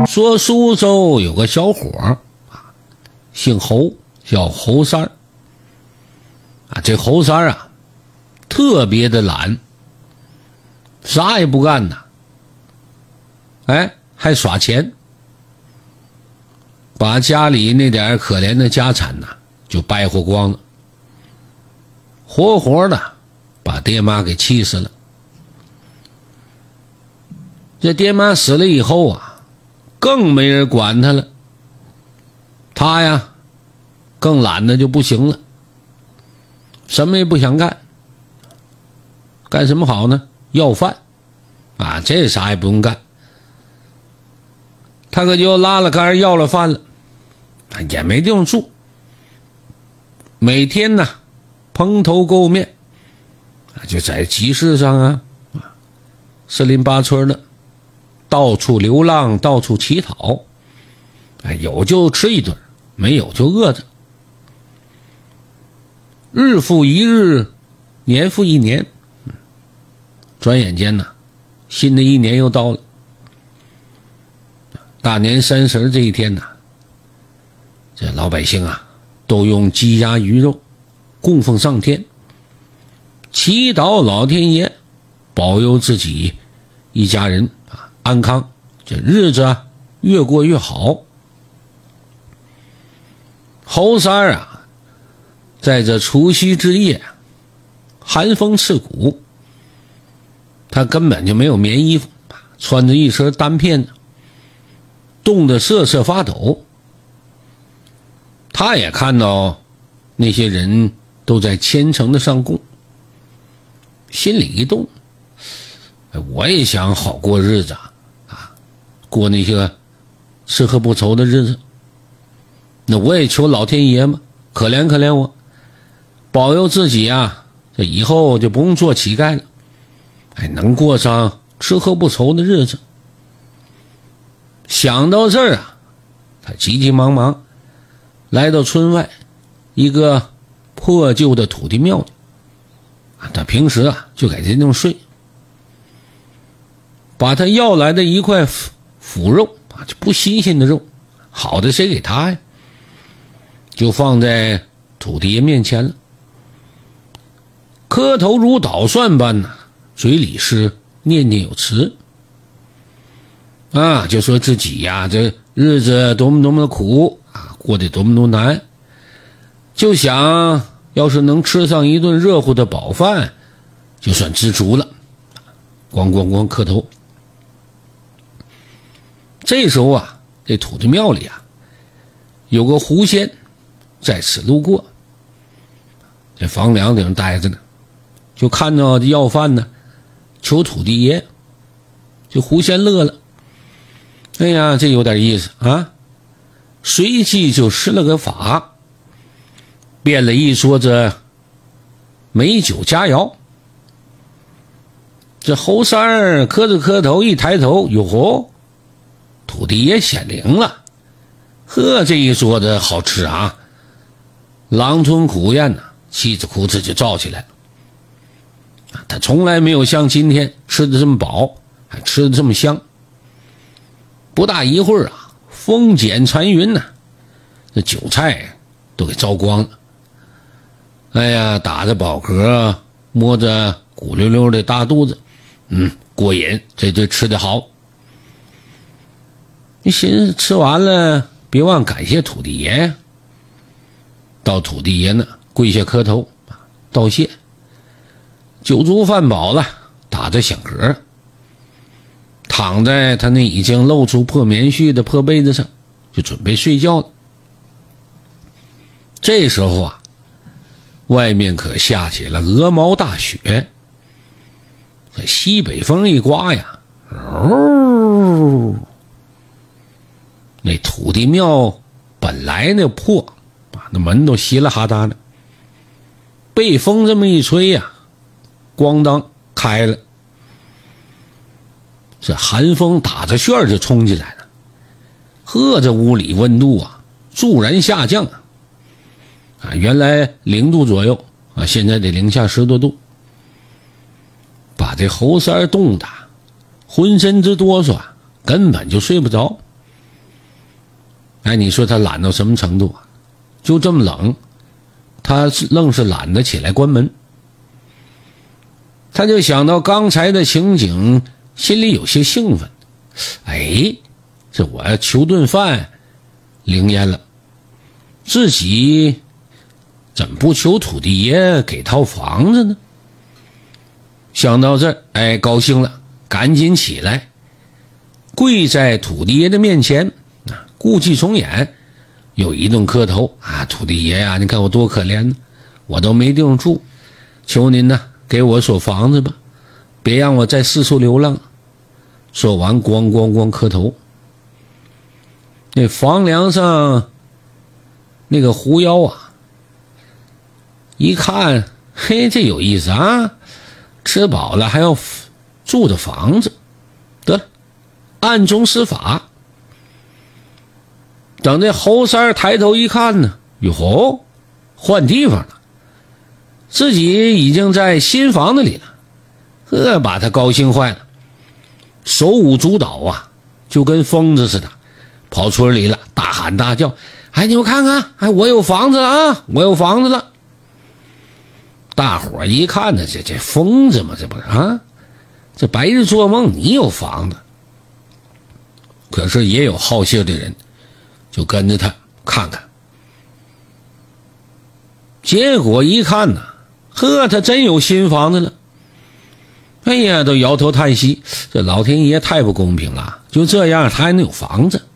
说苏州有个小伙姓侯，叫侯三儿这侯三儿特别的懒，啥也不干呐，还耍钱，把家里那点可怜的家产就掰活光了，活活的把爹妈给气死了。这爹妈死了以后更没人管他了，他更懒得就不行了，什么也不想干。干什么好呢？要饭这啥也不用干，他可就拉了杆要了饭了，也没地方住，每天蓬头垢面，就在集市上四邻八村的到处流浪，到处乞讨，有就吃一顿，没有就饿着。日复一日，年复一年，转眼间新的一年又到了。大年30这一天这老百姓都用鸡鸭鱼肉供奉上天，祈祷老天爷保佑自己一家人安康，这日子越过越好。侯三儿在这除夕之夜，寒风刺骨，他根本就没有棉衣服，穿着一身单片，冻得瑟瑟发抖。他也看到那些人都在虔诚的上供，心里一动，我也想好过日子过那些吃喝不愁的日子，那我也求老天爷嘛，可怜可怜我，保佑自己这以后就不用做乞丐了，能过上吃喝不愁的日子。想到这儿他急急忙忙来到村外一个破旧的土地庙里，他平时就在这地方睡，把他要来的一块腐肉就不新鲜的肉，好的谁给他呀，就放在土地爷面前了，磕头如捣蒜般嘴里是念念有词就说自己这日子多么多么的苦过得多么多么难，就想要是能吃上一顿热乎的饱饭就算知足了，咣咣咣磕头。这时候这土地庙里有个狐仙在此路过，这房梁顶待着呢，就看到这要饭求土地爷，这狐仙乐了，哎呀，这有点意思随即就施了个法，变了一桌子美酒佳肴。这侯三儿磕着磕头，一抬头，哟吼，土地爷显灵了，呵，这一桌子好吃狼吞虎咽气子哭子就照起来了。他从来没有像今天吃的这么饱，还吃的这么香。不大一会儿风卷残云这酒菜都给糟光了。哎呀，打着饱嗝，摸着鼓溜溜的大肚子，过瘾，这顿吃得好。你寻思吃完了别忘感谢土地爷，到土地爷跪下磕头道谢。酒足饭饱了，打着响嗝，躺在他那已经露出破棉絮的破被子上，就准备睡觉了。这时候外面可下起了鹅毛大雪，这西北风一刮那土地庙本来那破那门都稀了哈哒的，被风这么一吹咣当开了，这寒风打着旋就冲进来了，呵，这屋里温度骤然下降原来0度左右现在得零下10多度，把这侯三儿冻得浑身直哆嗦，根本就睡不着。 哎，你说他懒到什么程度啊？就这么冷，他愣是懒得起来关门。他就想到刚才的情景，心里有些兴奋。哎，这我要求顿饭灵验了，自己怎么不求土地爷给套房子呢？想到这儿，哎，高兴了，赶紧起来，跪在土地爷的面前，故伎重演，又一顿磕头啊！土地爷呀，你看我多可怜呢，我都没地方住，求您呢，给我所房子吧，别让我在四处流浪。说完，咣咣咣磕头。那房梁上那个狐妖啊，一看，嘿，这有意思啊！吃饱了还要住的房子，得了，暗中施法。等这侯三抬头一看呢，哟吼，换地方了，自己已经在新房子里了，把他高兴坏了，手舞足蹈啊，就跟疯子似的，跑村里了，大喊大叫：“哎，你们看看，哎，我有房子了啊，我有房子了！”大伙一看呢，这疯子嘛，这不是啊？这白日做梦，你有房子。可是也有好信的人，就跟着他看看。结果一看呢，他真有新房子了。哎呀，都摇头叹息，这老天爷太不公平了，就这样他还能有房子？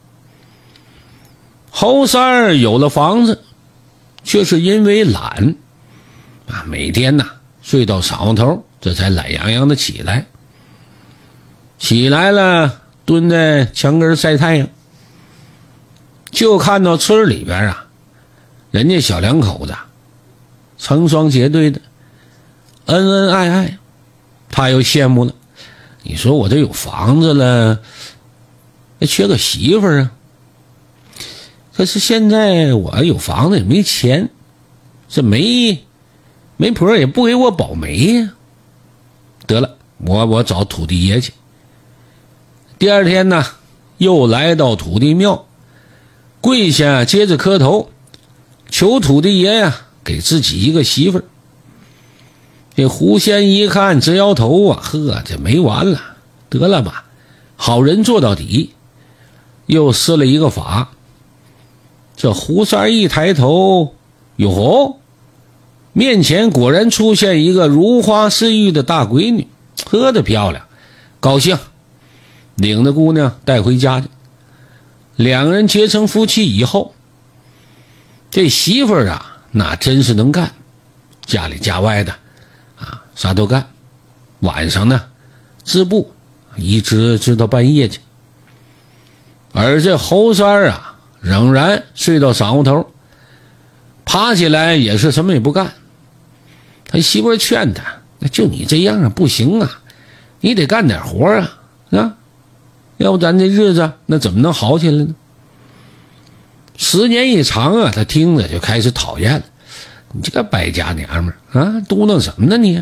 侯三儿有了房子，却是因为懒啊，每天呢睡到晌午头，这才懒洋洋的起来。起来了，蹲在墙根晒太阳，就看到村里边啊，人家小两口子成双结对的，恩恩爱爱，他又羡慕了。你说我这有房子了，缺个媳妇儿啊。可是现在我有房子也没钱，这媒婆也不给我保媒呀。得了，我找土地爷去。第二天呢，又来到土地庙，跪下接着磕头，求土地爷呀，给自己一个媳妇儿。这狐仙一看直摇头啊，这没完了，得了吧，好人做到底。又施了一个法，这胡三一抬头，哟吼，面前果然出现一个如花似玉的大闺女，的漂亮，高兴，领着姑娘带回家去。两个人结成夫妻以后，这媳妇儿啊，那真是能干，家里家外的啊，啥都干。晚上呢，织布，一直到半夜去。而这侯三儿啊，仍然睡到晌午头，爬起来也是什么也不干。他媳妇儿劝他，那就你这样啊，不行啊，你得干点活啊，要不咱这日子那怎么能好起来呢？时间一长啊，他听着就开始讨厌了。你这个败家娘们儿啊，嘟囔什么呢你？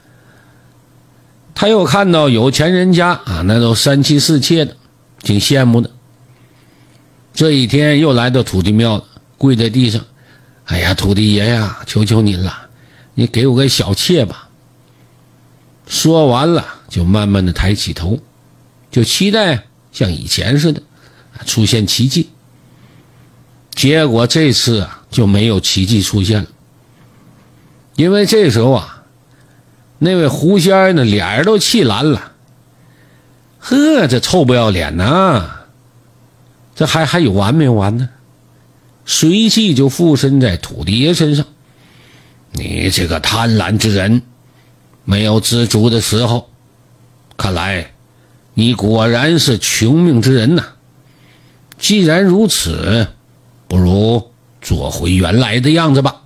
他又看到有钱人家啊，那都三妻四妾的，挺羡慕的。这一天又来到土地庙了，跪在地上，哎呀，土地爷呀，求求您了，你给我个小妾吧。说完了，就慢慢的抬起头，就期待像以前似的出现奇迹。结果这次啊，就没有奇迹出现了。因为这时候啊，那位狐仙呢，脸都气蓝了。这臭不要脸呐！这还有完没有完呢？随即就附身在土地爷身上。你这个贪婪之人，没有知足的时候，看来你果然是穷命之人呐。既然如此，不如做回原来的样子吧。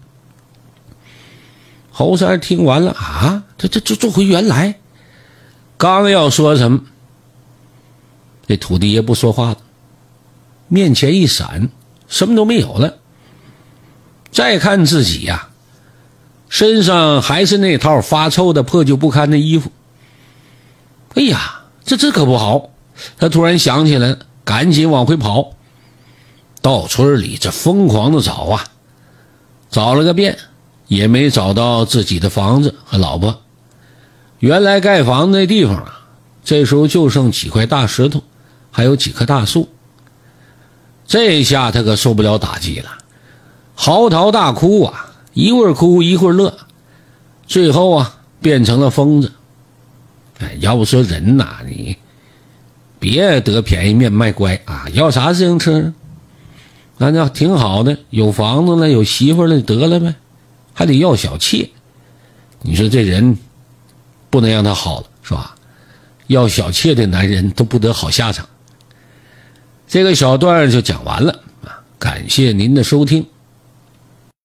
侯三听完了啊，这做回原来，刚要说什么，这土地爷不说话了，面前一闪，什么都没有了。再看自己呀，身上还是那套发臭的破旧不堪的衣服。哎呀，这可不好！他突然想起来了，赶紧往回跑。 到村里这疯狂的找啊，找了个遍也没找到自己的房子和老婆。原来盖房子那地方啊，这时候就剩几块大石头还有几棵大树。这下他可受不了打击了，嚎啕大哭啊，一会儿哭一会儿乐，最后啊变成了疯子。要不说人呐，你别得便宜面卖乖啊，要啥自行车呢？那叫挺好的，有房子了有媳妇了得了呗，还得要小妾。你说这人不能让他好了是吧？要小妾的男人都不得好下场。这个小段就讲完了啊，感谢您的收听。